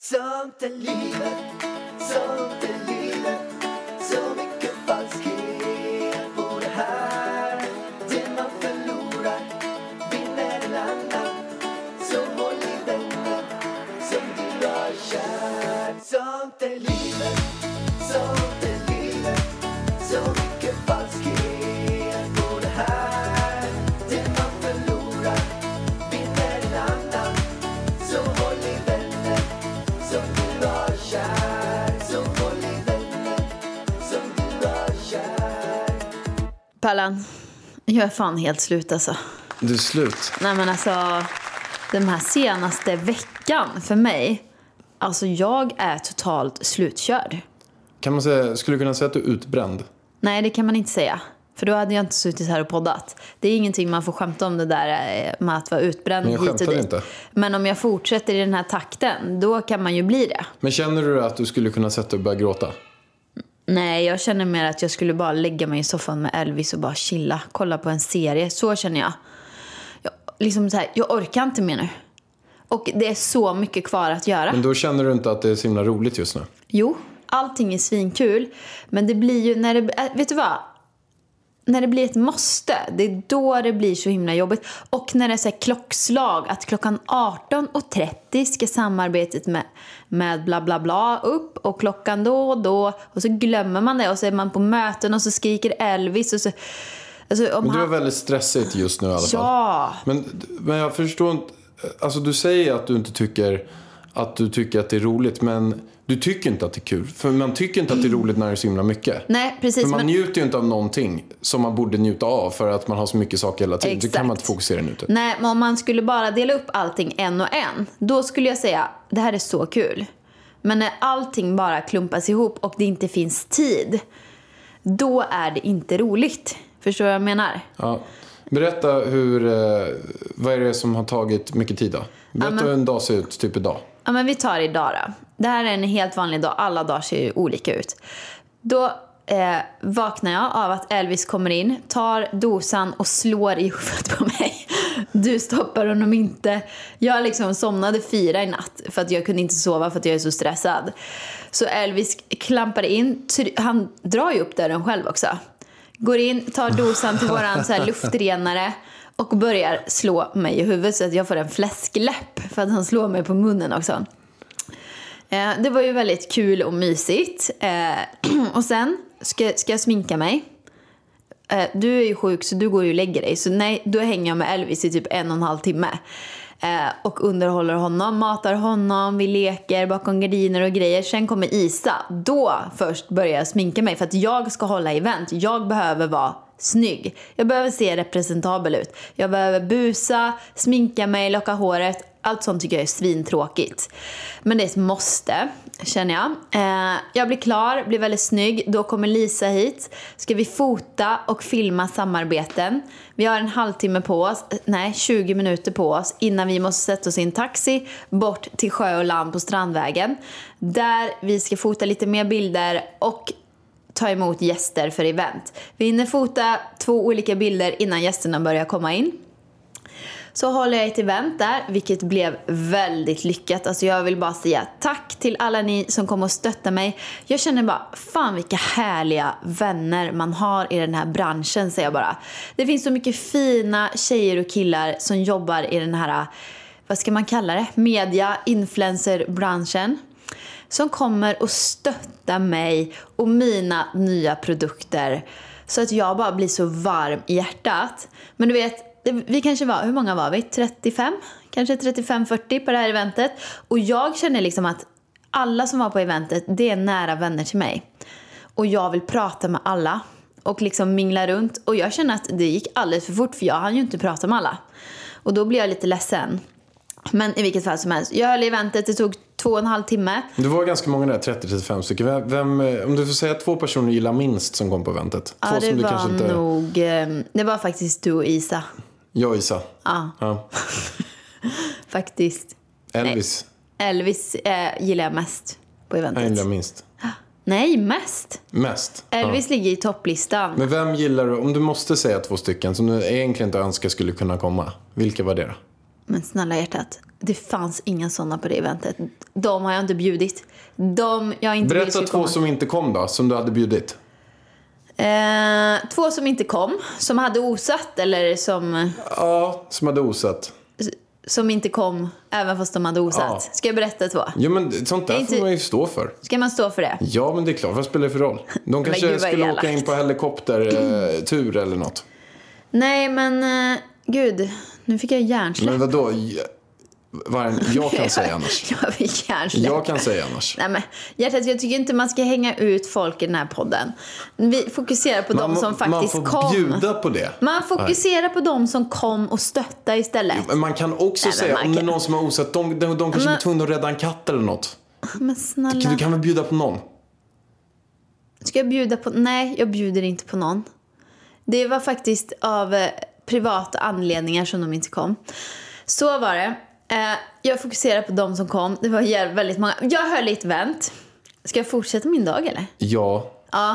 Sånt är livet, sånt är livet. Så mycket falskhet på det här. Det man förlorar vinner en annan. Så håll i vänner som du har kär. Sånt är livet, sånt är livet. Så mycket falskhet på det här. Det man förlorar vinner en annan. Så håll i vänner som du har kär. Så håll i vänner som du har kär. Pallan, jag är fan helt slut alltså. Du är slut. Nej men alltså, den här senaste veckan för mig, alltså jag är totalt slutkörd. Kan man säga, skulle du kunna säga att du är utbränd? Nej, det kan man inte säga. För då hade jag inte suttit här och poddat. Det är ingenting man får skämta om, det där med att vara utbränd. Men jag hit och skämtar dit. inte. Men om jag fortsätter i den här takten, då kan man ju bli det. Men känner du att du skulle kunna sätta dig och börja gråta? Nej, jag känner mer att jag skulle bara lägga mig i soffan med Elvis och bara chilla. Kolla på en serie, så känner jag. Liksom så här, jag orkar inte mer nu. Och det är så mycket kvar att göra. Men då känner du inte att det är så himla roligt just nu? Jo, allting är svinkul. Men det blir ju när det... Vet du vad? När det blir ett måste, det är då det blir så himla jobbigt. Och när det är så här klockslag, att klockan 18:30 ska samarbetet med bla bla bla upp. Och klockan då. Och så glömmer man det. Och så är man på möten och så skriker Elvis. Och så, alltså, om Men du är han... väldigt stressigt just nu i alla fall. Ja. Men jag förstår inte. Alltså du säger att du inte tycker att det är roligt. Men du tycker inte att det är kul. För man tycker inte att det är roligt när det är så himla mycket. Nej, precis. För man njuter ju inte av någonting som man borde njuta av. För att man har så mycket saker hela tiden. Exakt. Så kan man inte fokusera nu. Nej, men om man skulle bara dela upp allting en och en, då skulle jag säga, det här är så kul. Men när allting bara klumpas ihop och det inte finns tid, då är det inte roligt. Förstår du vad jag menar? Ja. Berätta vad är det som har tagit mycket tid då? Berätta hur en dag ser ut, typ idag. Ja, men vi tar idag då. Det här är en helt vanlig dag. Alla dagar ser ju olika ut. Då vaknar jag av att Elvis kommer in, tar dosan och slår i huvudet på mig. Du stoppar honom inte. Jag liksom somnade 4 i natt för att jag kunde inte sova för att jag är så stressad. Så Elvis klampar in. Han drar ju upp dörren själv också. Går in, tar dosan till våran så här luftrenare och börjar slå mig i huvudet så att jag får en fläskläpp för att han slår mig på munnen också. Det var ju väldigt kul och mysigt. Och sen ska jag sminka mig. Du är ju sjuk så du går ju och lägger dig. Så nej, då hänger jag med Elvis i typ 1,5 timme. Och underhåller honom, matar honom, vi leker bakom gardiner och grejer. Sen kommer Isa. Då först börjar jag sminka mig för att jag ska hålla event. Jag behöver vara snygg. Jag behöver se representabel ut. Jag behöver busa, sminka mig, locka håret. Allt sånt tycker jag är svintråkigt. Men det är ett måste, känner jag. Jag blir klar, blir väldigt snygg. Då kommer Lisa hit. Ska vi fota och filma samarbeten. Vi har en halvtimme på oss, 20 minuter på oss innan vi måste sätta oss i en taxi bort till sjö och land på Strandvägen. Där vi ska fota lite mer bilder och ta emot gäster för event. Vi hinner fota 2 olika bilder innan gästerna börjar komma in. Så håller jag ett event där, vilket blev väldigt lyckat. Alltså jag vill bara säga tack till alla ni som kommer och stötta mig. Jag känner bara, fan vilka härliga vänner man har i den här branschen, säger jag bara. Det finns så mycket fina tjejer och killar som jobbar i den här, vad ska man kalla det? Media, influencer-branschen. Som kommer och stöttar mig och mina nya produkter. Så att jag bara blir så varm i hjärtat. Men du vet, vi kanske var, hur många var vi? 35? Kanske 35-40 på det här eventet. Och jag känner liksom att alla som var på eventet, det är nära vänner till mig. Och jag vill prata med alla. Och liksom mingla runt. Och jag känner att det gick alldeles för fort, för jag hann ju inte prata med alla. Och då blir jag lite ledsen. Men i vilket fall som helst, jag höll eventet, det tog 2,5 timme. Det var ganska många där, 30-35 stycken. Vem, om du får säga 2 personer gillar minst som kom på eventet. 2 Ja, det som du var kanske inte... nog... Det var faktiskt du och Isa. Jag och Isa. Ja. Faktiskt. Elvis. Nej. Elvis gillar jag mest på eventet. Jag gillar minst. Nej, mest. Mest? Elvis ligger i topplistan. Men vem gillar du, om du måste säga 2 stycken som du egentligen inte önskar skulle kunna komma? Vilka var det då? Men snälla hjärtat, det fanns inga sådana på det eventet. De har jag inte bjudit. Jag har inte Berätta 2 som inte kom då, som du hade bjudit. 2 som inte kom, som hade osat eller som... Ja, som hade osat. Som inte kom, även fast de hade osat. Ja. Ska jag berätta 2? Jo, men sånt där får man ju stå för. Ska man stå för det? Ja, men det är klart. Vad spelar det för roll? De kanske gud, vad skulle elakt. åka in på helikoptertur eller något. Nej, men gud, nu fick jag hjärnsläpp. Men vadå? Jag kan säga annars. Jag fick hjärnsläpp. Jag kan säga annars. Nej, men hjärtat, jag tycker inte man ska hänga ut folk i den här podden. Vi fokuserar på de som faktiskt kom. Man får bjuda på det. Man fokuserar på de som kom och stötta istället. Men man kan också säga, om det är någon som har osett, de kanske är tvungna att rädda en katt eller något. Men snälla. Du kan väl bjuda på någon? Ska jag bjuda på... Nej, jag bjuder inte på någon. Det var faktiskt av privata anledningar som de inte kom. Så var det. Jag fokuserar på de som kom. Det var väldigt många. Jag höll ett event. Ska jag fortsätta min dag eller? Ja. Ja.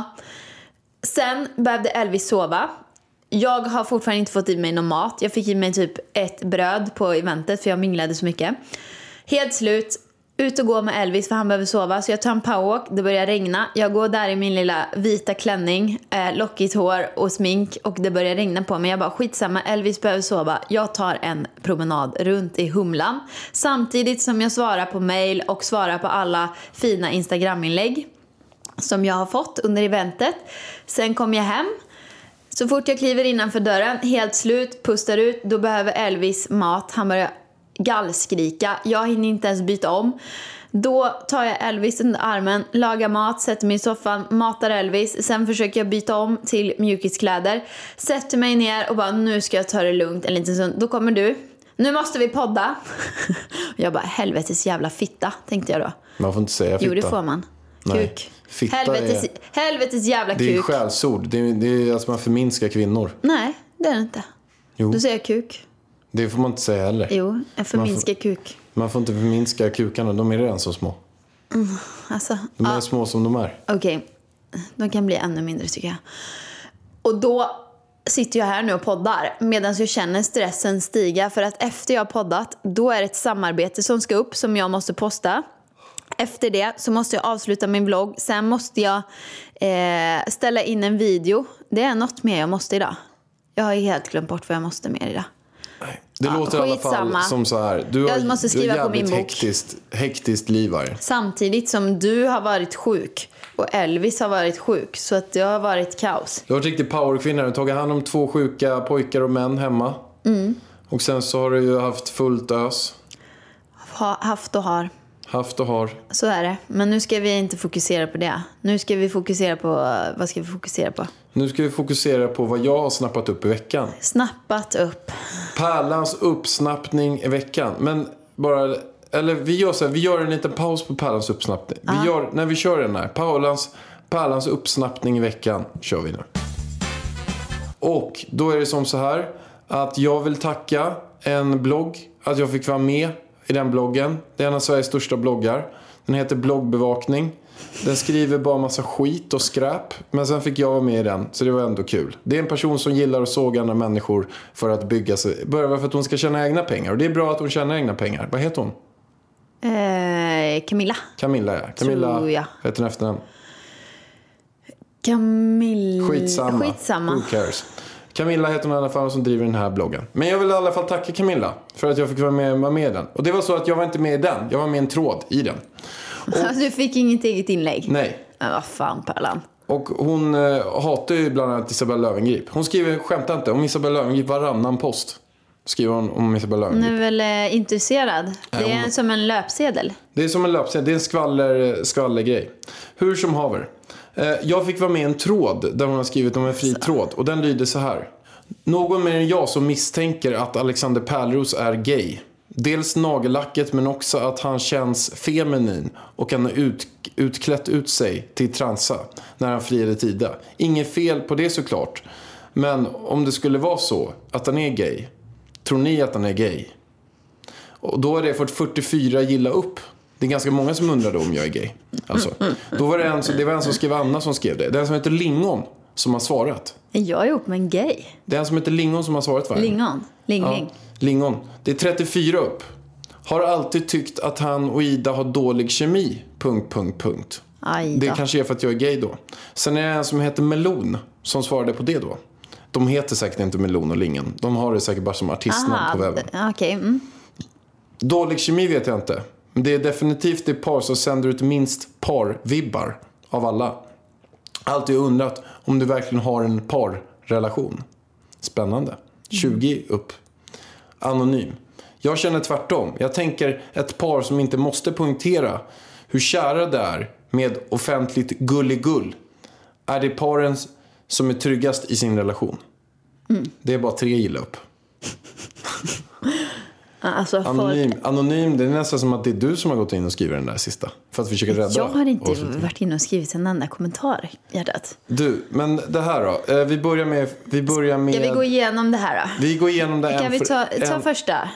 Sen behövde Elvis sova. Jag har fortfarande inte fått i mig någon mat. Jag fick i mig typ ett bröd på eventet för jag minglade så mycket. Helt slut. Ut och gå med Elvis för han behöver sova. Så jag tar en powerwalk, det börjar regna. Jag går där i min lilla vita klänning, lockigt hår och smink. Och det börjar regna på mig. Jag bara skitsamma, Elvis behöver sova. Jag tar en promenad runt i Humlan. Samtidigt som jag svarar på mail och svarar på alla fina Instagram-inlägg som jag har fått under eventet. Sen kom jag hem. Så fort jag kliver innanför dörren, helt slut, pustar ut. Då behöver Elvis mat, han börjar gallskrika. Jag hinner inte ens byta om. Då tar jag Elvis under armen, lagar mat, sätter mig i soffan, matar Elvis. Sen försöker jag byta om till mjukiskläder. Sätter mig ner och bara, nu ska jag ta det lugnt en liten stund. Då kommer du. Nu måste vi podda. Jag bara, helvetes jävla fitta, tänkte jag då. Man får inte säga fitta. Jo, det får man. Nej. Kuk. Fitta Helvetes jävla kuk. Det är skällsord. Det är alltså man förminskar kvinnor. Nej, det är det inte. Jo. Du säger kuk. Det får man inte säga heller. Jo, jag förminskar kuk. Man får inte förminska kukarna, de är redan så små. Alltså, De är små som de är. Okej, de kan bli ännu mindre tycker jag. Och då sitter jag här nu och poddar medan jag känner stressen stiga. För att efter jag har poddat, då är det ett samarbete som ska upp som jag måste posta. Efter det så måste jag avsluta min vlogg. Sen måste jag ställa in en video. Det är något mer jag måste idag. Jag har helt glömt bort vad jag måste mer idag. Det låter i alla fall som så här. Jag måste skriva på min bok. Hektiskt liv här. Samtidigt som du har varit sjuk och Elvis har varit sjuk. Så att det har varit kaos. Du har varit riktigt powerkvinna. Du har tagit hand om 2 sjuka pojkar och män hemma. Och sen så har du ju haft fullt ös. Haft och har. Haft och har. Så är det. Men nu ska vi inte fokusera på det. Nu ska vi fokusera på... Vad ska vi fokusera på? Nu ska vi fokusera på vad jag har snappat upp i veckan. Snappat upp. Pärlans uppsnappning i veckan. Men bara... Eller vi gör så här, vi gör en liten paus på Pärlans uppsnappning. När vi kör den här. Pärlans uppsnappning i veckan kör vi nu. Och då är det som så här att jag vill tacka en blogg att jag fick vara med i den bloggen. Det är en av Sveriges största bloggar. Den heter Bloggbevakning. Den skriver bara massa skit och skräp. Men sen fick jag vara med i den. Så det var ändå kul. Det är en person som gillar att såga andra människor för att bygga sig. Bara för att hon ska tjäna egna pengar. Och det är bra att hon tjänar egna pengar. Vad heter hon? Camilla. Camilla, ja. Camilla, tror jag. heter hon efternamn? Skitsamma. Who cares? Camilla heter hon i alla fall som driver den här bloggen. Men jag vill i alla fall tacka Camilla för att jag fick vara med i den. Och det var så att jag var inte med i den. Jag var med i en tråd i den. Och, du fick inget eget inlägg? Nej. Men vad fan, Pärlan. Och hon hatar ju bland annat Isabella Löwengrip. Hon skriver, skämta inte, om Isabella Löwengrip varannan post. Skriver hon om Isabella Löwengrip. Hon är väl intresserad. Det är som en löpsedel. Det är som en löpsedel. Det är en skvallergrej. Hur som haver. Jag fick vara med i en tråd där hon har skrivit om en fri tråd. Och den lyder så här. Någon mer än jag som misstänker att Alexander Pärlros är gay. Dels nagellacket men också att han känns feminin och kan ha utklätt ut sig till transa när han friade tida. Inget fel på det såklart. Men om det skulle vara så att han är gay, tror ni att han är gay? Och då är det fått 44 gilla upp. Det är ganska många som undrar då om jag är gay. Alltså, då var det var en som skrev Anna som skrev det. Den som heter Lingon. som har svarat. Jag är ihop med en gay. Det är en som heter Lingon som har svarat, va? Lingon. Ling. Lingon. Det är 34 upp. Har alltid tyckt att han och Ida har dålig kemi. ... Aj då. Det kanske är för att jag är gay då. Sen är det en som heter Melon som svarade på det då. De heter säkert inte Melon och Lingon. De har det säkert bara som artistnamn på webben. Okej. Mm. Dålig kemi vet jag inte. Men det är definitivt det par som sänder ut minst par-vibbar av alla. Alltid undrat om du verkligen har en parrelation. Spännande. 20 upp. Anonym. Jag känner tvärtom. Jag tänker ett par som inte måste poängtera hur kära det är med offentligt gulligull. Är det paren som är tryggast i sin relation? Det är bara 3 gilla upp. Alltså, Anonym, det är nästan som att det är du som har gått in och skrivit den där sista. För att försöka rädda. Jag har inte varit inne och skrivit en enda kommentar, hjärtat. Du, men det här då. Vi börjar med... Ska vi gå igenom det här då? Vi går igenom det. Kan vi ta första?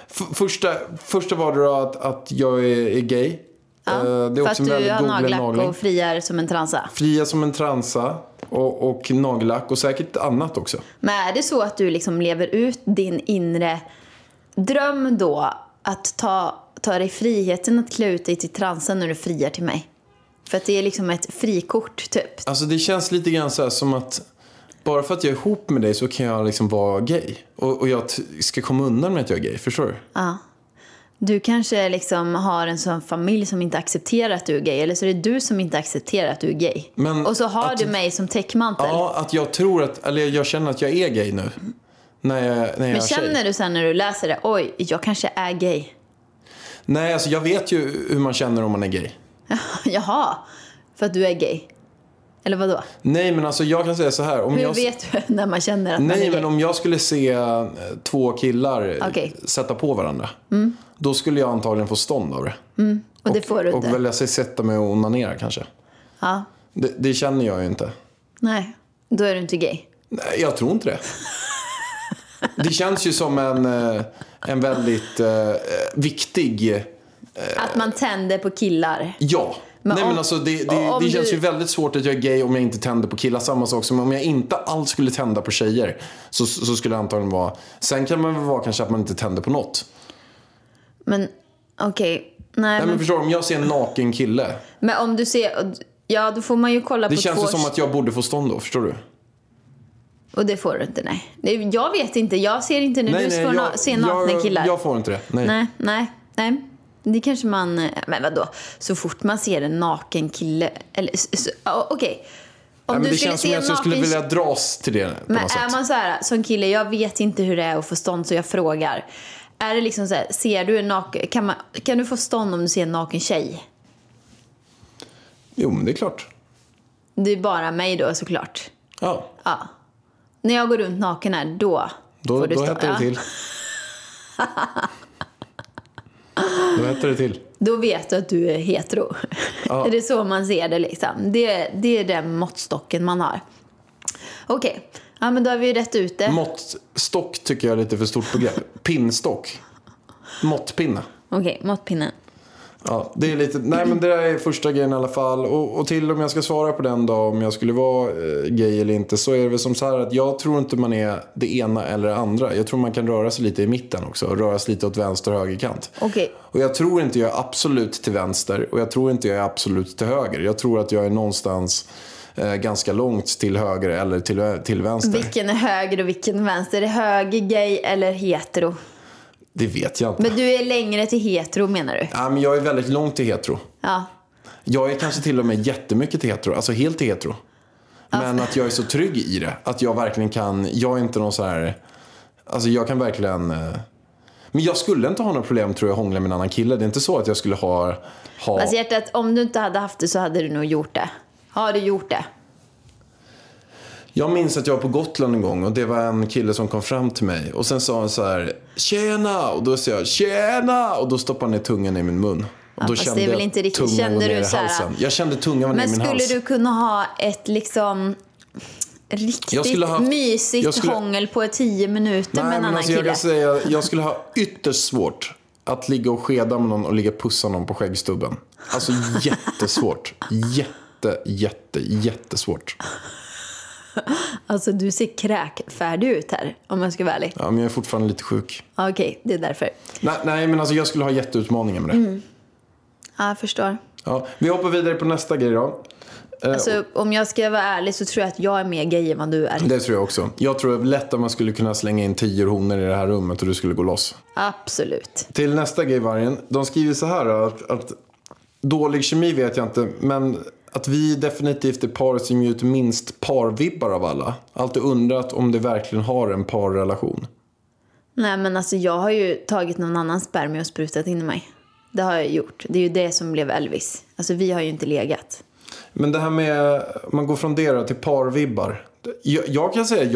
Första var det då att jag är gay. Ja, det är för också att en du har väldigt nagellack och friar som en transa. Fria som en transa och nagellack och säkert annat också. Men är det så att du liksom lever ut din inre dröm då att ta dig friheten att klä ut dig till transa när du friar till mig? För att det är liksom ett frikort typ. Alltså det känns lite grann så här som att bara för att jag är ihop med dig så kan jag liksom vara gay. Och jag ska komma undan med att jag är gay, förstår du? Ja. Du kanske liksom har en sån familj som inte accepterar att du är gay. Eller så är det du som inte accepterar att du är gay. Och så har du mig som täckmantel. Ja, att jag tror att, eller jag känner att jag är gay nu. När jag Men känner du sen när du läser det, oj, jag kanske är gay? Nej, alltså jag vet ju hur man känner om man är gay. Jaha, för att du är gay. Eller vad då? Nej, men alltså jag kan säga så här. Hur vet du när man känner att man är gay? Nej, men om jag skulle se 2 killar sätta på varandra. Då skulle jag antagligen få stånd av det. Och det får du inte. Och välja sig sätta mig och onanera kanske. Ja. Det känner jag ju inte. Nej, då är du inte gay. Nej, jag tror inte det. Det känns ju som en väldigt viktig... Att man tänder på killar. Ja. Men alltså det känns ju väldigt svårt att jag är gay om jag inte tänder på killar. Samma sak som om jag inte alls skulle tända på tjejer. Så skulle det antagligen vara... Sen kan man väl vara kanske att man inte tänder på något. Men okej. Nej, men förstår du, om jag ser en naken kille. Men om du ser... Ja, då får man ju kolla på det känns ju som att jag borde få stånd då, förstår du? Och det får du inte, nej. Jag vet inte, jag ser inte när du ser nakna killar. Jag får inte det, nej. Det kanske man... Men vadå? Så fort man ser en naken kille... Eller, okej. Men det känns som att jag skulle vilja dras till det på men något sätt. Är man så här, som kille, jag vet inte hur det är att få stånd så jag frågar. Är det liksom så här, ser du en naken... Kan du få stånd om du ser en naken tjej? Jo, men det är klart. Det är bara mig då, såklart. Ja. När jag går runt naken här, då får du stånd. Då hettar det till. Då hettar det till. Då vet du att du är hetero. Ja. Är det så man ser det liksom? Det är den måttstocken man har. Okej. Ja, men då har vi ju rätt ut det. Måttstock tycker jag är lite för stort begrepp. Pinnstock. Måttpinne. Okej, måttpinne. Ja, det är lite... Nej, men det där är första grejen i alla fall. Och till om jag ska svara på den då, om jag skulle vara gay eller inte, så är det väl som så här att jag tror inte man är det ena eller det andra. Jag tror man kan röra sig lite i mitten också. Och röra sig lite åt vänster och högerkant. Okej. Och jag tror inte jag är absolut till vänster. Och jag tror inte jag är absolut till höger. Jag tror att jag är någonstans ganska långt till höger eller till vänster. Vilken är höger och vilken är vänster? Är det höger, gay eller hetero? Det vet jag inte. Men du är längre till hetero, menar du? Ja, men jag är väldigt långt till hetero. Ja. Jag är kanske till och med jättemycket till hetero. Alltså helt till hetero. Men att jag är så trygg i det. Att jag verkligen kan... Jag är inte någon så här... Alltså jag kan verkligen... Men jag skulle inte ha något problem, tror jag, hångla med en annan kille. Det är inte så att jag skulle ha... Alltså hjärtat, om du inte hade haft det så hade du nog gjort det. Har du gjort det? Jag minns att jag var på Gotland en gång och det var en kille som kom fram till mig. Och sen sa han så här, tjena! Och då sa jag, tjena! Och då stoppade han ner tungan i min mun. Och då kände det är väl inte riktigt. tungan Kände ner du i så här, halsen. Jag kände tungan var ner i min hals. Men skulle du kunna ha ett liksom... Riktigt mysigt hångel på 10 minuter med en annan kille? Jag kan säga, jag skulle ha ytterst svårt att ligga och skeda med någon och ligga och pussa någon på skäggstubben. Alltså jättesvårt. Jättesvårt. Alltså du ser kräkfärdig ut här, om jag ska vara ärlig. Ja, men jag är fortfarande lite sjuk. Okej, det är därför. Nej, men alltså jag skulle ha jätteutmaningar med det. Ja, jag förstår. Ja, vi hoppar vidare på nästa grej då. Alltså, om jag ska vara ärlig så tror jag att jag är mer gay än vad du är. Det tror jag också. Jag tror lätt att man skulle kunna slänga in 10 honor i det här rummet och du skulle gå loss. Absolut. Till nästa grej, Vargen. De skriver så här då, att dålig kemi vet jag inte, men att vi definitivt är paret som ger ut minst parvibbar av alla. Alltid undrat om det verkligen har en parrelation. Nej, men alltså jag har ju tagit någon annan spermie och sprutat in i mig. Det har jag gjort. Det är ju det som blev Elvis. Alltså vi har ju inte legat. Men det här med, man går från det till parvibbar. Jag kan säga,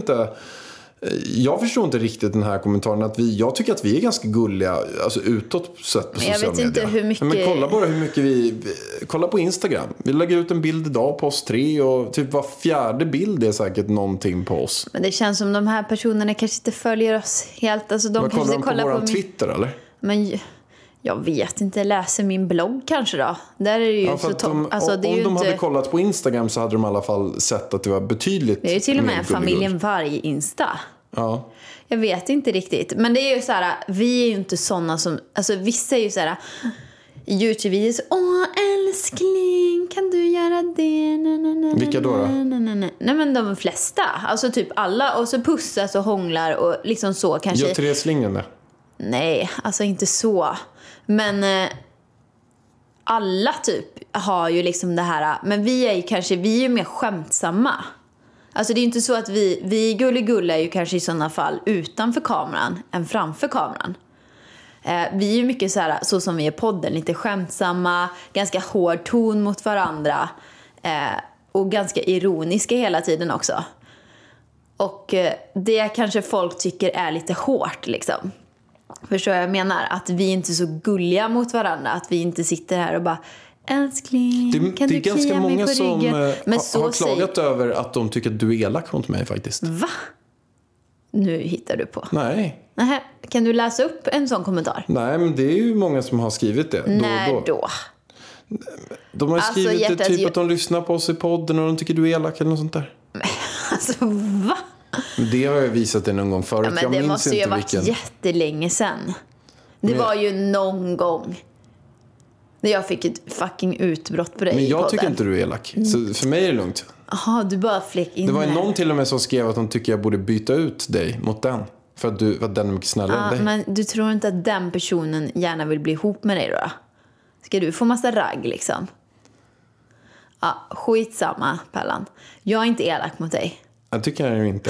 jag förstår inte riktigt den här kommentaren att jag tycker att vi är ganska gulliga, alltså utåt sett på sociala medier. Jag vet inte hur mycket... Men kolla bara hur mycket kolla på Instagram. Vi lägger ut en bild idag på oss 3 och typ var 4:e bild är säkert någonting på oss. Men det känns som de här personerna kanske inte följer oss helt. Alltså de kanske kollar de på våran Twitter eller? Men jag vet inte, läser min blogg kanske då. Där är det ju så alltså, det är om de hade kollat på Instagram så hade de i alla fall sett att det var betydligt. Det är ju till och med familjen Varg-Insta. Ja. Jag vet inte riktigt. Men det är ju så här, vi är ju inte såna som, alltså vissa är ju så här YouTube-videos. Älskling, kan du göra det? Vilka då? Nej men de flesta. Alltså typ alla. Och så pussas och hånglar och liksom så kanske. Gör Therese Lindgren det? Nej, alltså inte så. Men alla typ har ju liksom det här. Men vi är ju mer skämtsamma. Alltså det är inte så att vi gulligulla är ju kanske i sådana fall utanför kameran än framför kameran. Vi är ju mycket så som vi är podden, lite skämtsamma, ganska hård ton mot varandra och ganska ironiska hela tiden också. Och det kanske folk tycker är lite hårt liksom. Förstår jag menar? Att vi inte är så gulliga mot varandra, att vi inte sitter här och bara älskling, kan du klia mig på ryggen? Det är ganska många som har klagat över att de tycker att du är elak mot mig faktiskt. Va? Nu hittar du på. Nej. Nähä, kan du läsa upp en sån kommentar? Nej, men det är ju många som har skrivit det. När då? De har skrivit det typ att de lyssnar på oss i podden och de tycker du är elak eller något sånt där. Alltså, va? Men det har jag visat det någon gång förut. Ja, men det måste ju ha varit jättelänge sedan. Det var ju någon gång när jag fick ett fucking utbrott på dig. Men jag tycker inte du är elak. Så för mig är det lugnt. Jaha, du bara fläck in. Det var ju någon till och med som skrev att de tycker jag borde byta ut dig mot den. För att den är mycket snällare än dig. Men du tror inte att den personen gärna vill bli ihop med dig då? Ska du få massa ragg liksom? Ja, skitsamma, Pellan. Jag är inte elak mot dig. Jag tycker jag ju inte.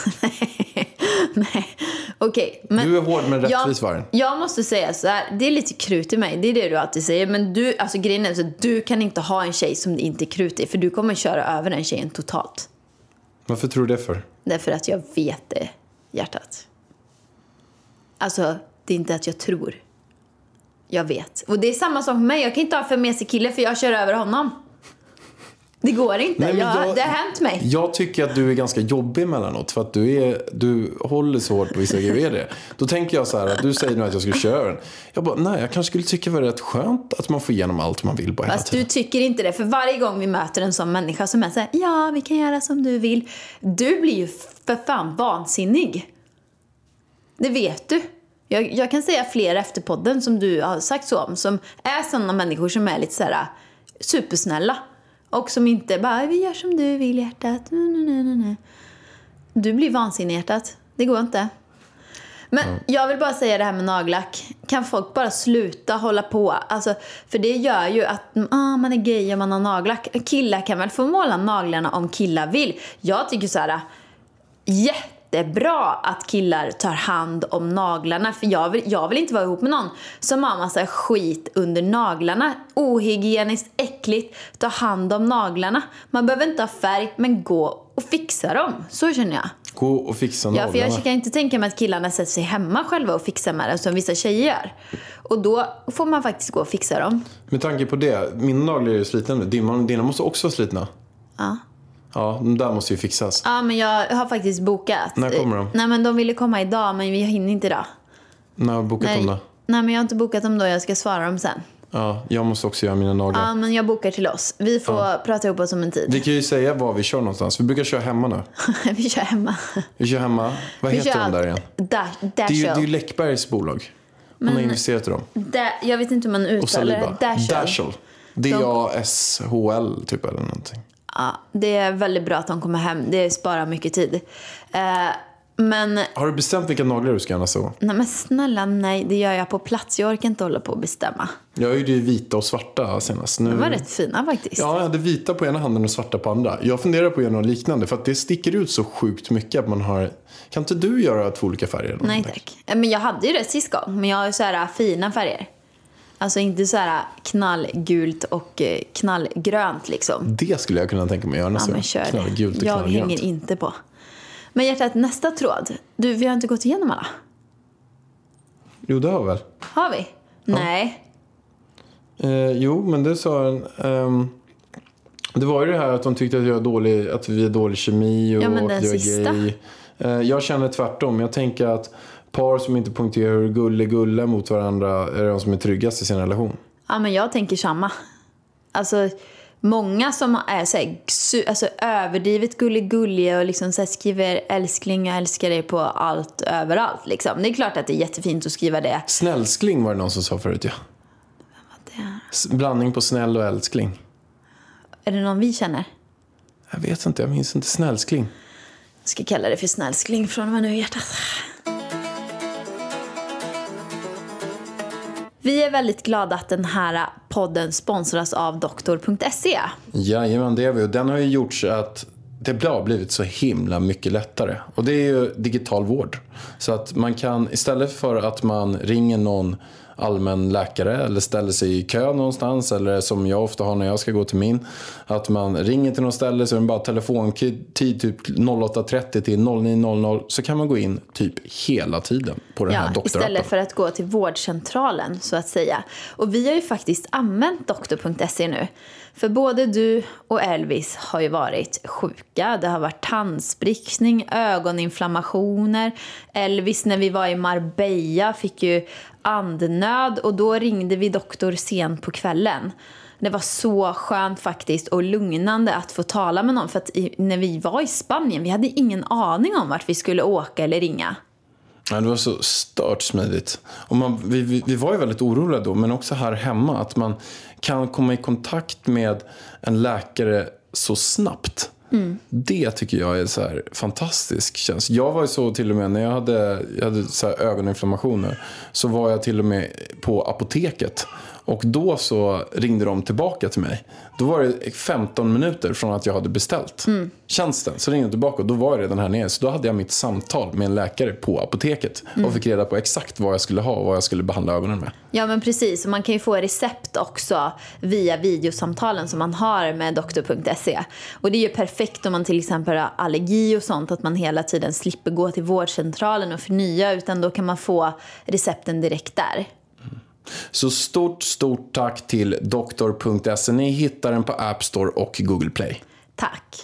Nej. Okej, men du är hård men rättvis var den. Jag måste säga så här, det är lite krut i mig. Det är det du alltid säger. Men du, alltså grejen är så att du kan inte ha en tjej som det inte är krut i. För du kommer köra över den tjejen totalt. Varför tror du det för? Därför att jag vet det, hjärtat. Alltså, det är inte att jag tror. Jag vet. Och det är samma sak med mig. Jag kan inte ha för med sig kille för jag kör över honom. Det går inte. Nej, det har hänt mig. Jag tycker att du är ganska jobbig emellanåt. För att du håller så hårt på vissa grejer. Då tänker jag så här att du säger nu att jag skulle köra den. Jag bara, nej, jag kanske skulle tycka det var rätt skönt att man får igenom allt man vill på hela tiden. Du tycker inte det. För varje gång vi möter en sån människa som är så här, ja, vi kan göra som du vill. Du blir ju för fan vansinnig. Det vet du. Jag kan säga fler efter podden som du har sagt så om. Som är sådana människor som är lite så här supersnälla. Och som inte bara, vi gör som du vill, hjärtat. Nej. Du blir vansinnig, hjärtat. Det går inte. Men jag vill bara säga det här med nagellack. Kan folk bara sluta hålla på? Alltså, för det gör ju att man är gay och man har nagellack. Killar kan väl få måla naglarna om killar vill. Jag tycker så här, jättebra att killar tar hand om naglarna. För jag vill inte vara ihop med någon som har massa skit under naglarna. Ohygieniskt, äckligt. Ta hand om naglarna. Man behöver inte ha färg, men gå och fixa dem. Så känner jag. Gå och fixa naglarna. Ja, för jag kan inte tänka mig att killarna sätter sig hemma själva och fixar med det som vissa tjejer gör. Och då får man faktiskt gå och fixa dem. Med tanke på det, mina naglar är ju slitna nu. Dina måste också vara slitna. Ja. Ja, de där måste ju fixas. Ja, men jag har faktiskt bokat. När kommer de? Nej, men de ville komma idag, men vi hinner inte idag. När har du bokat dem då? Nej, men jag har inte bokat dem då. Jag ska svara dem sen. Ja, jag måste också göra mina naglar. Ja, men jag bokar till oss. Vi får prata ihop oss om en tid. Vi kan ju säga var vi kör någonstans. Vi brukar köra hemma nu. Vi kör hemma. Vi kör hemma. Vad heter de där igen? Det är ju Läckbergs bolag. Hon har investerat i dem. Jag vet inte hur man uttalar det. Dashel. D-A-S-H-L typ eller någonting. Ja, det är väldigt bra att de kommer hem. Det sparar mycket tid. Men... Har du bestämt vilka naglar du ska göra så? Nej men snälla, nej. Det gör jag på plats. Jag orkar inte hålla på att bestämma. Jag gjorde ju vita och svarta senast. Nu... De var rätt fina faktiskt. Ja, jag hade vita på ena handen och svarta på andra. Jag funderar på att göra något liknande. För att det sticker ut så sjukt mycket att man har... Kan inte du göra 2 olika färger? Nej tack. Men jag hade ju det sist gång. Men jag har ju så här fina färger. Alltså inte så här knallgult och knallgrönt liksom. Det skulle jag kunna tänka mig göra nästa. Ja, men kör knallgult och jag knallgrönt. hänger inte på. Men hjärtat, nästa tråd. Du, vi har inte gått igenom alla. Jo, det har väl. Har vi? Ja. Nej. Jo, men det sa en... det var ju det här att de tyckte att jag är dålig, att vi är dålig kemi och ja, men att jag är gay. Jag känner tvärtom. Jag tänker att par som inte poängterar hur gulle mot varandra är de som är tryggast i sin relation. Ja, men jag tänker samma. Alltså, många som är så här, alltså, överdrivet gulliga och liksom så här, skriver älskling, jag älskar dig på allt, överallt. Liksom. Det är klart att det är jättefint att skriva det. Snällskling var det någon som sa förut, ja. Vad det är? Blandning på snäll och älskling. Är det någon vi känner? Jag vet inte, jag minns inte snällskling. Jag ska kalla det för snällskling från och med nu, hjärtat. Vi är väldigt glada att den här podden sponsras av doktor.se. Jajamän, det är vi. Och den har ju gjort så att det har blivit så himla mycket lättare. Och det är ju digital vård. Så att man kan, istället för att man ringer någon allmän läkare eller ställer sig i kö någonstans, eller som jag ofta har när jag ska gå till min, att man ringer till någon ställe så är det bara telefontid typ 08.30 till 09.00, så kan man gå in typ hela tiden på den här doktorappen. Istället för att gå till vårdcentralen så att säga. Och vi har ju faktiskt använt doktor.se nu. För både du och Elvis har ju varit sjuka. Det har varit tandsprickning, ögoninflammationer. Elvis när vi var i Marbella fick ju andnöd och då ringde vi doktor sent på kvällen. Det var så skönt faktiskt och lugnande att få tala med någon. För att när vi var i Spanien, vi hade ingen aning om vart vi skulle åka eller ringa. Ja, det var så stört smidigt. Och vi var ju väldigt oroliga då, men också här hemma att man kan komma i kontakt med en läkare så snabbt. Det tycker jag är så här fantastisk tjänst. Jag var ju så till och med när jag hade så här ögoninflammationer, så var jag till och med på apoteket. Och då så ringde de tillbaka till mig. Då var det 15 minuter från att jag hade beställt tjänsten. Så ringde jag tillbaka och då var jag redan här nere. Så då hade jag mitt samtal med en läkare på apoteket. Och fick reda på exakt vad jag skulle ha och vad jag skulle behandla ögonen med. Ja, men precis. Och man kan ju få recept också via videosamtalen som man har med doktor.se. Och det är ju perfekt om man till exempel har allergi och sånt. Att man hela tiden slipper gå till vårdcentralen och förnya. Utan då kan man få recepten direkt där. Så stort tack till doktor.se. Ni hittar den på App Store och Google Play. Tack.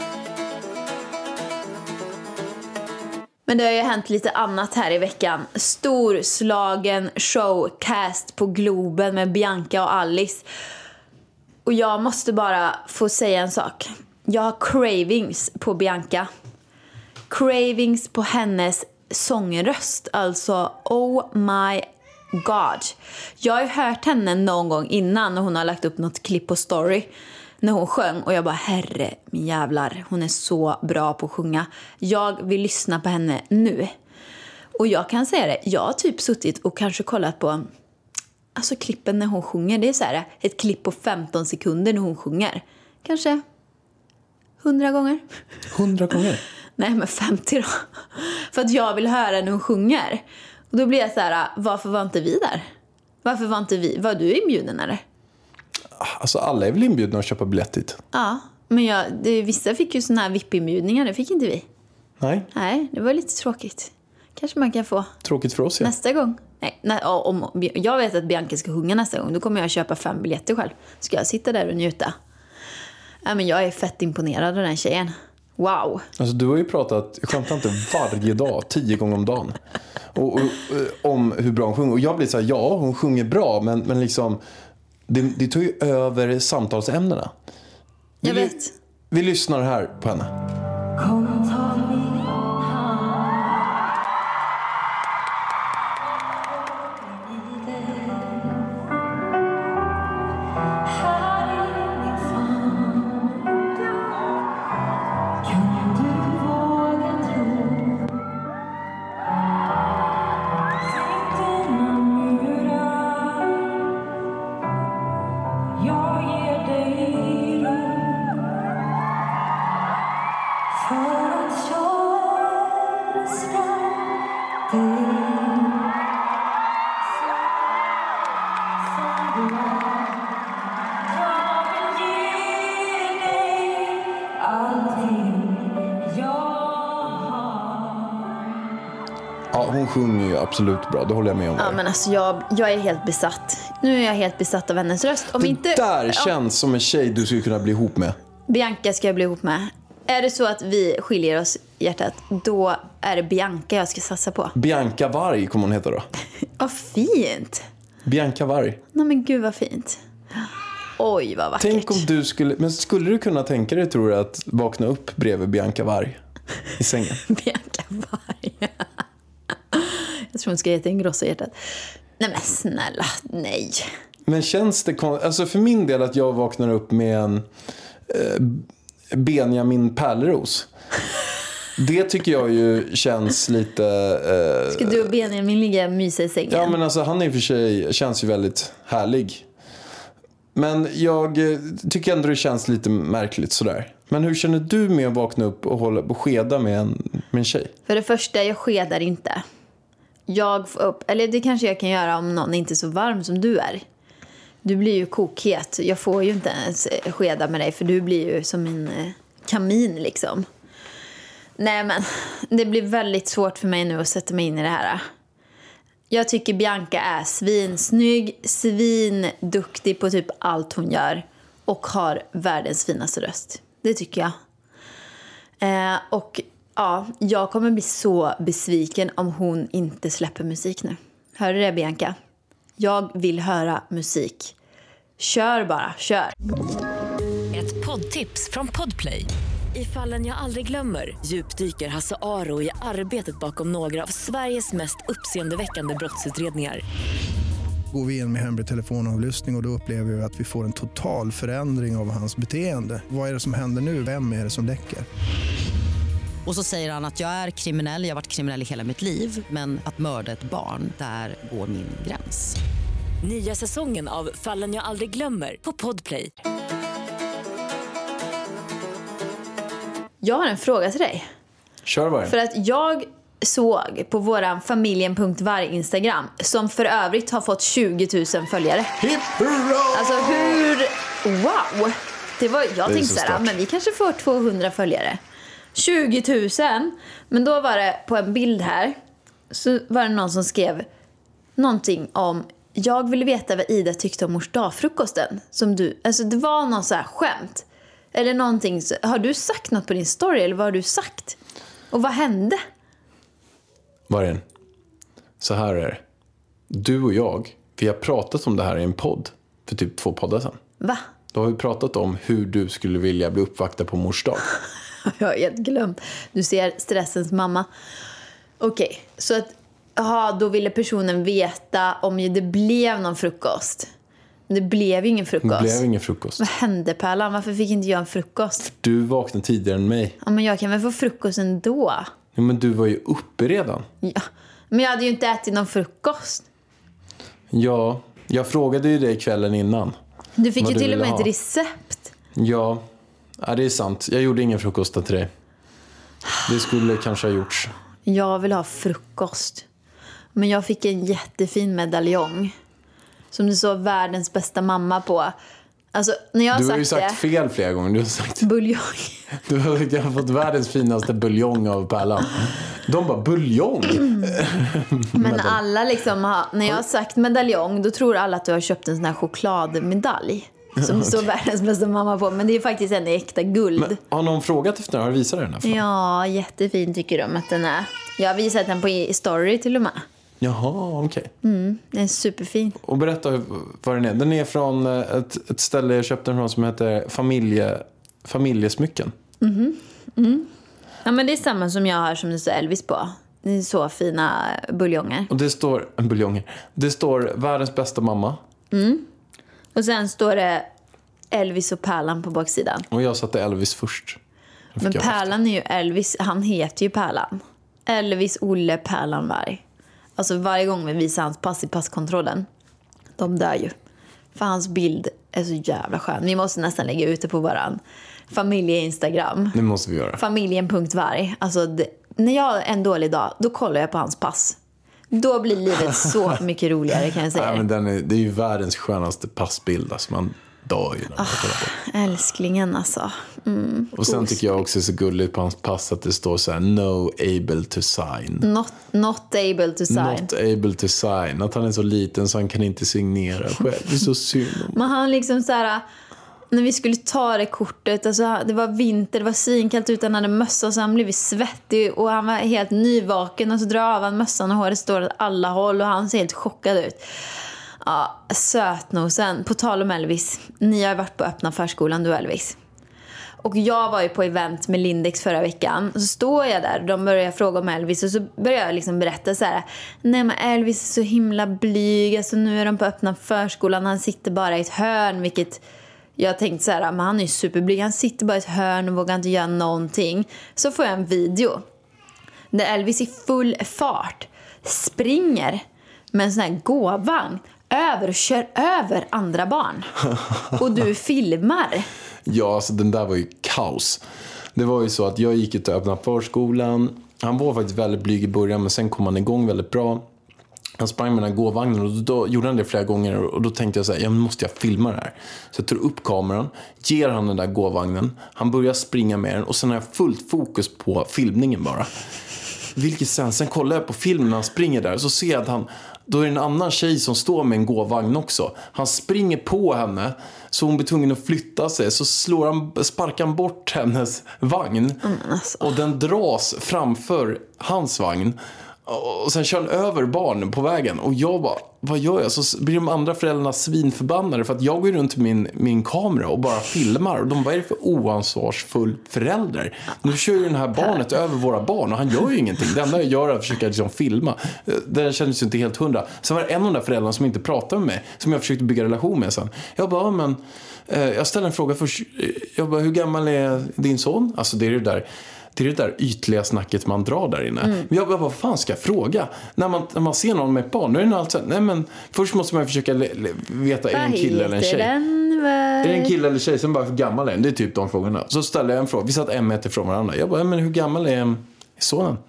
Men det har ju hänt lite annat här i veckan. Storslagen showcast på Globen med Bianca och Alice. Och jag måste bara få säga en sak. Jag har cravings på Bianca. Cravings på hennes sångröst. Alltså, oh my God. Jag har ju hört henne någon gång innan när hon har lagt upp något klipp på story när hon sjöng och jag bara, herre min jävlar, hon är så bra på att sjunga. Jag vill lyssna på henne nu. Och jag kan säga det, jag har typ suttit och kanske kollat på alltså klippen när hon sjunger. Det är så här ett klipp på 15 sekunder när hon sjunger. Kanske 100 gånger. 100 gånger? Nej, men 50 då. För att jag vill höra när hon sjunger. Och då blir jag så här, varför var inte vi där? Varför var inte vi? Var du inbjuden eller? Alltså alla är väl inbjudna att köpa biljett dit? Ja, men vissa fick ju såna här VIP-inbjudningar, det fick inte vi. Nej, det var lite tråkigt. Kanske man kan få. Tråkigt för oss, ja. Nästa gång. Nej, om jag vet att Bianca ska sjunga nästa gång, då kommer jag köpa 5 biljetter själv. Ska jag sitta där och njuta? Ja, men jag är fett imponerad av den tjejen. Wow. Alltså du har ju pratat, skämtar inte, varje dag, 10 gånger om dagen. Och om hur bra hon sjunger. Och jag blir så här, ja hon sjunger bra, men liksom Det tog ju över samtalsämnena. Jag vet. Vi lyssnar här på henne. Kom ta min hand. Här i min famn. Kan du våga tro? Sänk dina murar. Jag ger dig ro. För att jag älskar dig. Som du är. Jag vill ge dig allting jag har. Ja, hon sjunger ju absolut bra. Det håller jag med om. Ja, men alltså jag är helt besatt. Nu är jag helt besatt av hennes röst. Om det inte, där känns som en tjej du skulle kunna bli ihop med. Bianca ska jag bli ihop med. Är det så att vi skiljer oss hjärtat, då är det Bianca jag ska satsa på. Bianca Varg kommer hon heta då. Vad fint. Bianca Varg. Nej men gud vad fint. Oj vad vackert. Tänk om du skulle du kunna tänka dig, tror du, att vakna upp bredvid Bianca Varg i sängen? Bianca Varg. Jag tror hon ska heta Ingrosso i hjärtat. Nej men snälla, nej. Men känns det alltså för min del att jag vaknar upp med en Benjamin Pärleros? Det tycker jag ju känns lite... Ska du och Benjamin ligga mysa i sängen? Ja, men alltså han är i och för sig, känns ju väldigt härlig. Men jag tycker ändå det känns lite märkligt sådär. Men hur känner du med att vakna upp och hålla på skeda med en tjej? För det första, jag skedar inte. Jag får upp, eller det kanske jag kan göra om någon är inte är så varm som du är. Du blir ju kokhet. Jag får ju inte ens skeda med dig, för du blir ju som en kamin liksom. Nej men, det blir väldigt svårt för mig nu att sätta mig in i det här. Jag tycker Bianca är svinsnygg, svinduktig på typ allt hon gör. Och har världens finaste röst. Det tycker jag. Och ja, jag kommer bli så besviken om hon inte släpper musik nu. Hör du det, Bianca? Jag vill höra musik. Kör bara, kör. Ett poddtips från Podplay. I Fallen jag aldrig glömmer djupdyker Hasse Aro i arbetet bakom några av Sveriges mest uppseendeväckande brottsutredningar. Går vi in med hemlig telefonavlyssning och då upplever vi att vi får en total förändring av hans beteende. Vad är det som händer nu? Vem är det som läcker? Och så säger han att jag är kriminell, jag har varit kriminell i hela mitt liv. Men att mörda ett barn, där går min gräns. Nya säsongen av Fallen jag aldrig glömmer på Podplay. Jag har en fråga till dig. Kör bara. För att jag såg på våran familjen.varg Instagram, som för övrigt har fått 20 000 följare. Hipp hurra! Alltså hur... Wow! Det var, jag tänkte så här, men vi kanske får 200 följare. 20 000. Men då var det på en bild här, så var det någon som skrev någonting om: jag ville veta vad Ida tyckte om mors dagfrukosten. Som du, alltså det var någon så här skämt. Eller någonting. Har du sagt något på din story, eller vad har du sagt? Och vad hände? Vargen, så här är det. Du och jag, vi har pratat om det här i en podd för typ 2 poddar sedan. Va? Då har vi pratat om hur du skulle vilja bli uppvaktad på mors dag. Jag har helt glömt. Du ser stressens mamma. Okej, så att då ville personen veta om det blev någon frukost. Men det blev ju ingen frukost. Det blev ingen frukost. Vad hände, Pärlan? Varför fick inte jag en frukost? Du vaknade tidigare än mig. Ja, men jag kan väl få frukost ändå. Ja, men du var ju uppe redan. Ja, men jag hade ju inte ätit någon frukost. Ja, jag frågade ju dig kvällen innan. Du fick vad ju du till och ville med ett ha. recept. Ja, det är sant. Jag gjorde ingen frukost till dig. Det skulle kanske ha gjorts. Jag vill ha frukost. Men jag fick en jättefin medaljong som det såg världens bästa mamma på. Alltså, när jag Du har ju sagt sagt fel flera gånger. Du har sagt buljong. du har fått världens finaste buljong av Pärlan. De bara, buljong? Men alla liksom när jag har sagt medaljong, då tror alla att du har köpt en sån här chokladmedalj som det står världens bästa mamma på. Men det är faktiskt en äkta guld. Men, har någon frågat efter den? Har du visat den här? Ja, jättefin tycker de att den är. Jag har visat den på i story till och med. Jaha, okej. Den är superfin. Och berätta vad den är. Den är från ett ställe jag köpte den från som heter Familjesmycken. Ja, men det är samma som jag har som det står Elvis på. Det är så fina buljonger. Och det står världens bästa mamma. Och sen står det Elvis och Pärlan på baksidan. Och jag satte Elvis först. Men Pärlan är ju Elvis, han heter ju Pärlan. Elvis, Olle, Pärlan, Varg. Alltså varje gång vi visar hans pass i passkontrollen, de dör ju. För hans bild är så jävla skön. Vi måste nästan lägga ut det på våran familje-Instagram. Det måste vi göra. Familjen.varg. Alltså när jag har en dålig dag, då kollar jag på hans pass. Då blir livet så mycket roligare, kan jag säga. Ja, men det är ju världens skönaste passbild. Alltså man dör ju när man kollar på. Älsklingen alltså. Och sen tycker jag också är så gulligt på hans pass att det står så här: no able to sign. Not able to sign. Not able to sign. Att han är så liten så han kan inte signera själv. Det är så synd. Men han liksom så här, när vi skulle ta det kortet, alltså, det var vinter, det var svinkallt ute, han hade mössa, så han blev svettig och han var helt nyvaken, och så drar av han mössan och håret står åt alla håll och han ser helt chockad ut. Ja, sötnosen. På tal om Elvis, ni har varit på öppna förskolan, du Elvis. Och jag var ju på event med Lindex förra veckan. Och så står jag där och de börjar fråga om Elvis. Och så börjar jag liksom berätta så här: nej, men Elvis är så himla blyg. Alltså nu är de på öppna förskolan. Han sitter bara i ett hörn. Vilket jag tänkte så här: men han är ju superblyg. Han sitter bara i ett hörn och vågar inte göra någonting. Så får jag en video där Elvis i full fart springer med en sån här gåvagn över och kör över andra barn. Och du filmar. Ja, alltså den där var ju kaos. Det var ju så att jag gick ut och öppnade förskolan. Han var faktiskt väldigt blyg i början, men sen kom han igång väldigt bra. Han sprang med den här gåvagnen och då gjorde han det flera gånger. Och då tänkte jag så här: ja, men måste jag filma det här? Så jag tar upp kameran, ger han den där gåvagnen. Han börjar springa med den och sen har jag fullt fokus på filmningen bara. Vilket sen kollar jag på filmen när han springer där, så ser jag att då är det en annan tjej som står med en gåvagn också. Han springer på henne så hon blir tvungen att flytta sig. Så sparkar han bort hennes vagn. Och den dras framför hans vagn. Och sen kör han över barnen på vägen. Och jag bara, vad gör jag? Så blir de andra föräldrarna svinförbannade. För att jag går runt med min kamera och bara filmar. Och de, vad är det för oansvarsfull förälder? Nu kör ju den här barnet över våra barn. Och han gör ju ingenting. Det enda jag gör är att försöka liksom filma. Det kändes ju inte helt 100. Sen var det en av de där föräldrarna som inte pratade med mig. Som jag försökte bygga relation med sen. Jag bara, men jag ställer en fråga först. Jag bara, hur gammal är din son? Alltså det är det där ytliga snacket man drar där inne. Men jag bara, vad fan ska jag fråga? När man ser någon med ett barn, då är det alltså, nej men först måste man försöka veta, är det en kille eller en tjej? Är det en kille eller tjej som bara hur gammal är den? Det är typ de frågorna. Så ställer jag en fråga. Vi satt 1 meter från varandra. Jag bara, men hur gammal är sonen?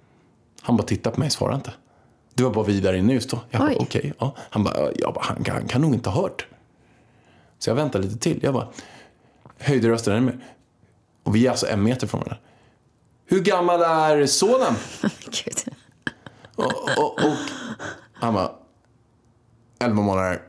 Han bara tittar på mig och svarar inte. Det var bara vi där inne just då. Jag bara, okej. Ja. Han bara, han kan nog inte ha hört. Så jag väntar lite till. Jag bara, höjde rösten ännu mer. Och vi är alltså 1 meter från varandra. Hur gammal är sonen? Gud. Och han bara, 11 månader.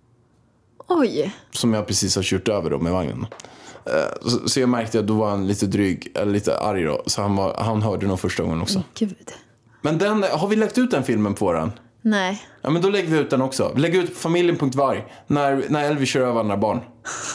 Oj. Som jag precis har kört över då med vagnen. Så jag märkte att då var han lite dryg, eller lite arg då. Så han hörde nog första gången också. Gud. Men har vi lagt ut den filmen på den? Nej. Ja, men då lägger vi ut den också. Vi lägger ut på familjen.varg när Elvis kör över andra barn.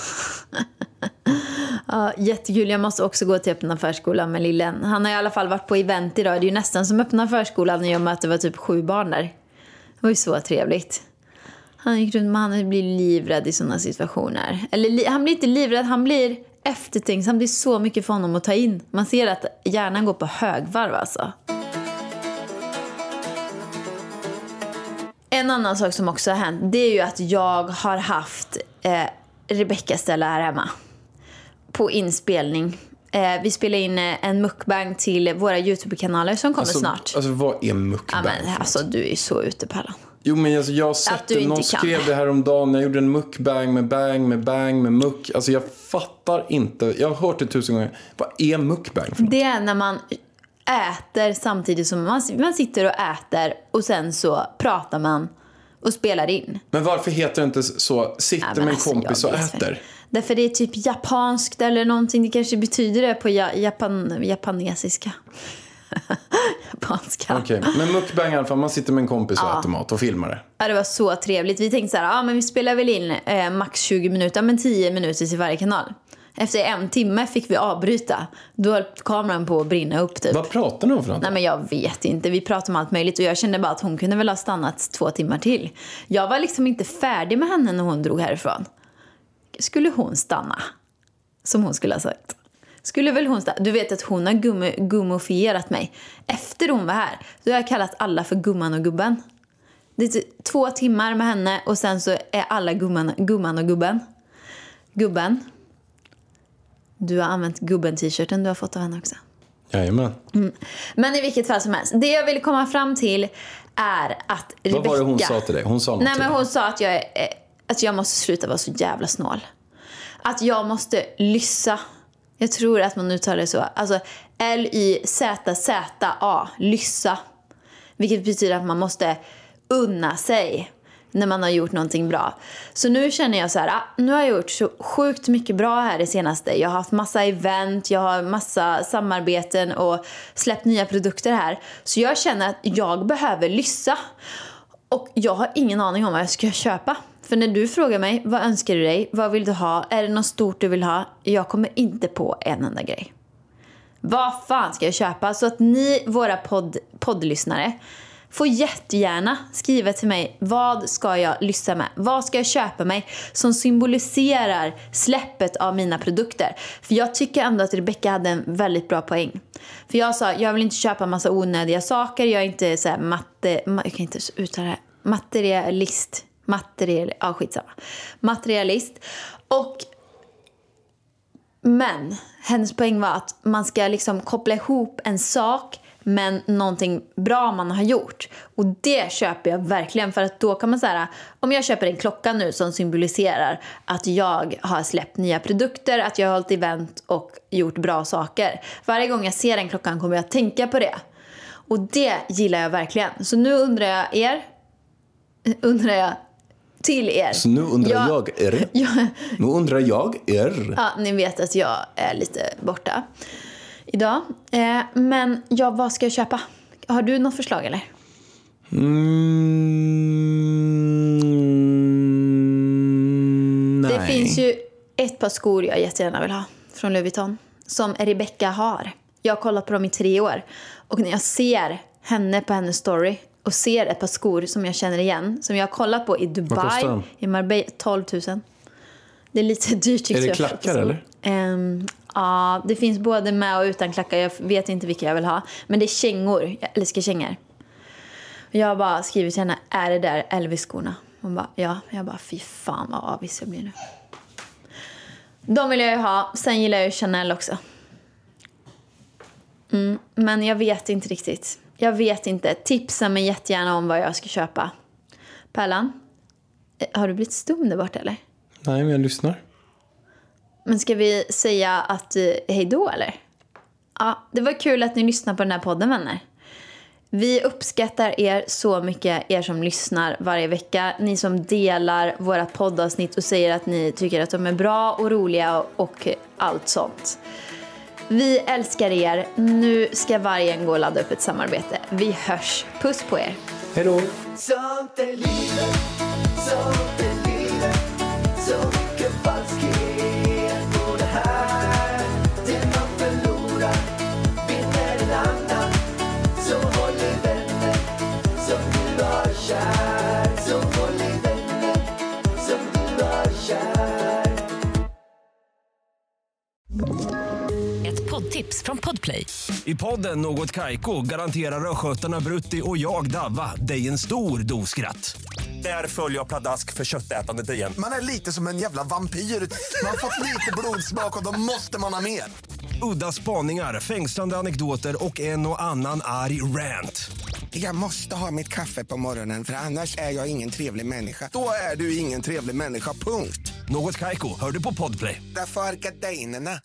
Ja, jättekul. Jag måste också gå till öppna förskolan med lillen. Han har i alla fall varit på event idag. Det är ju nästan som öppna förskolan när jag mötte, det var typ 7 barn där. Det var ju så trevligt. Han gick runt, men han blir livrädd i sådana situationer. Eller han blir inte livrädd, han blir eftertänksam. Det är så mycket för honom att ta in. Man ser att hjärnan går på högvarv alltså. En annan sak som också har hänt, det är ju att jag har haft Rebecca ställa här hemma på inspelning. Vi spelar in en mukbang till våra YouTube-kanaler som kommer snart. Alltså vad är mukbang? Ja, men, alltså du är så ute, Pallan. Jo, men alltså, jag har sett det. Någon skrev det här om dagen. Jag gjorde en mukbang med muck. Alltså jag fattar inte. Jag har hört det 1000 gånger. Vad är mukbang för något? Det är när man äter samtidigt som man sitter och äter. Och sen så pratar man och spelar in. Men varför heter det inte så? Sitter med en kompis och äter. Därför det är typ japanskt eller någonting. Det kanske betyder det på japanesiska. Japanska. Okej, men mukbang i alla fall. Man sitter med en kompis och äter mat och filmar det. Ja, det var så trevligt. Vi tänkte så här, men vi spelar väl in max 20 minuter, men 10 minuter till varje kanal. Efter 1 timme fick vi avbryta. Då höll kameran på att brinna upp typ. Vad pratar ni om för något? Nej, men jag vet inte. Vi pratade om allt möjligt. Och jag kände bara att hon kunde väl ha stannat 2 timmar till. Jag var liksom inte färdig med henne när hon drog härifrån. Skulle hon stanna? Som hon skulle ha sagt. Skulle väl hon stanna? Du vet att hon har gummofierat mig. Efter hon var här, då har jag kallat alla för gumman och gubben. Det är 2 timmar med henne och sen så är alla gumman och gubben. Gubben. Du har använt gubben-t-shirten du har fått av henne också. Jajamän. Men i vilket fall som helst. Det jag ville komma fram till är att Rebecca... Vad var det hon sa till dig? Hon sa något till dig. Hon sa att jag måste sluta vara så jävla snål. Att jag måste lyssa. Jag tror att man uttalar det så. Alltså Lyzza. Lyssa. Vilket betyder att man måste unna sig när man har gjort någonting bra. Så nu känner jag så här, nu har jag gjort så sjukt mycket bra här det senaste. Jag har haft massa event, jag har massa samarbeten och släppt nya produkter här. Så jag känner att jag behöver lyssa. Och jag har ingen aning om vad jag ska köpa. För när du frågar mig, vad önskar du dig? Vad vill du ha? Är det något stort du vill ha? Jag kommer inte på en enda grej. Vad fan ska jag köpa? Så att ni, våra poddlyssnare, får jättegärna skriva till mig. Vad ska jag lyssna med? Vad ska jag köpa mig som symboliserar släppet av mina produkter? För jag tycker ändå att Rebecca hade en väldigt bra poäng. För jag sa, jag vill inte köpa en massa onödiga saker. Jag är inte så här jag kan inte uttala det. Materialist. Men hennes poäng var att man ska liksom koppla ihop en sak men någonting bra man har gjort. Och det köper jag verkligen. För att då kan man säga, om jag köper en klocka nu som symboliserar att jag har släppt nya produkter, att jag har hållit event och gjort bra saker. Varje gång jag ser den klockan kommer jag att tänka på det. Och det gillar jag verkligen. Så nu undrar jag till er. Så nu undrar nu undrar jag er. Ja, ni vet att jag är lite borta idag. Men vad ska jag köpa? Har du något förslag eller? Nej. Det finns ju ett par skor jag jättegärna vill ha från Louis Vuitton som Rebecca har. Jag har kollat på dem i 3 år. Och när jag ser henne på hennes story och ser ett par skor som jag känner igen, som jag har kollat på i Dubai, i Marbella, 12 000. Det är lite dyrt. Är det klackar eller? Ja, det finns både med och utan klackar. Jag vet inte vilka jag vill ha. Men det är kängor. Jag älskar kängor. Jag har bara skrivit till henne, är det där Elvis-skorna? Hon bara, ja. Jag bara, fy fan vad avis jag blir nu. De vill jag ju ha. Sen gillar jag ju Chanel också. Men jag vet inte riktigt. Jag vet inte. Tipsa mig jättegärna om vad jag ska köpa. Pärlan, har du blivit stum där borta eller? Nej, men jag lyssnar. Men ska vi säga att hej då eller? Ja, det var kul att ni lyssnar på den här podden, vänner. Vi uppskattar er så mycket, er som lyssnar varje vecka. Ni som delar våra poddavsnitt och säger att ni tycker att de är bra och roliga och allt sånt. Vi älskar er. Nu ska vargen gå och ladda upp ett samarbete. Vi hörs. Puss på er. Hej då. Sånt är livet, sånt är livet. Så mycket falskhet på det här. Det man förlorar vinner en annan. Så håll i vänner som du har kär. Så håll i vänner som du har kär. Ett poddtips från Podplay. I podden Något Kaiko garanterar röskötarna Brutti och jag Davva dig en stor dos skratt. Där följer jag pladask för köttätandet igen. Man är lite som en jävla vampyr. Man har fått lite blodsmak och då måste man ha mer. Udda spaningar, fängslande anekdoter och en och annan arg rant. Jag måste ha mitt kaffe på morgonen för annars är jag ingen trevlig människa. Då är du ingen trevlig människa, punkt. Något Kaiko, hör du på Podplay. Därför är gardinerna.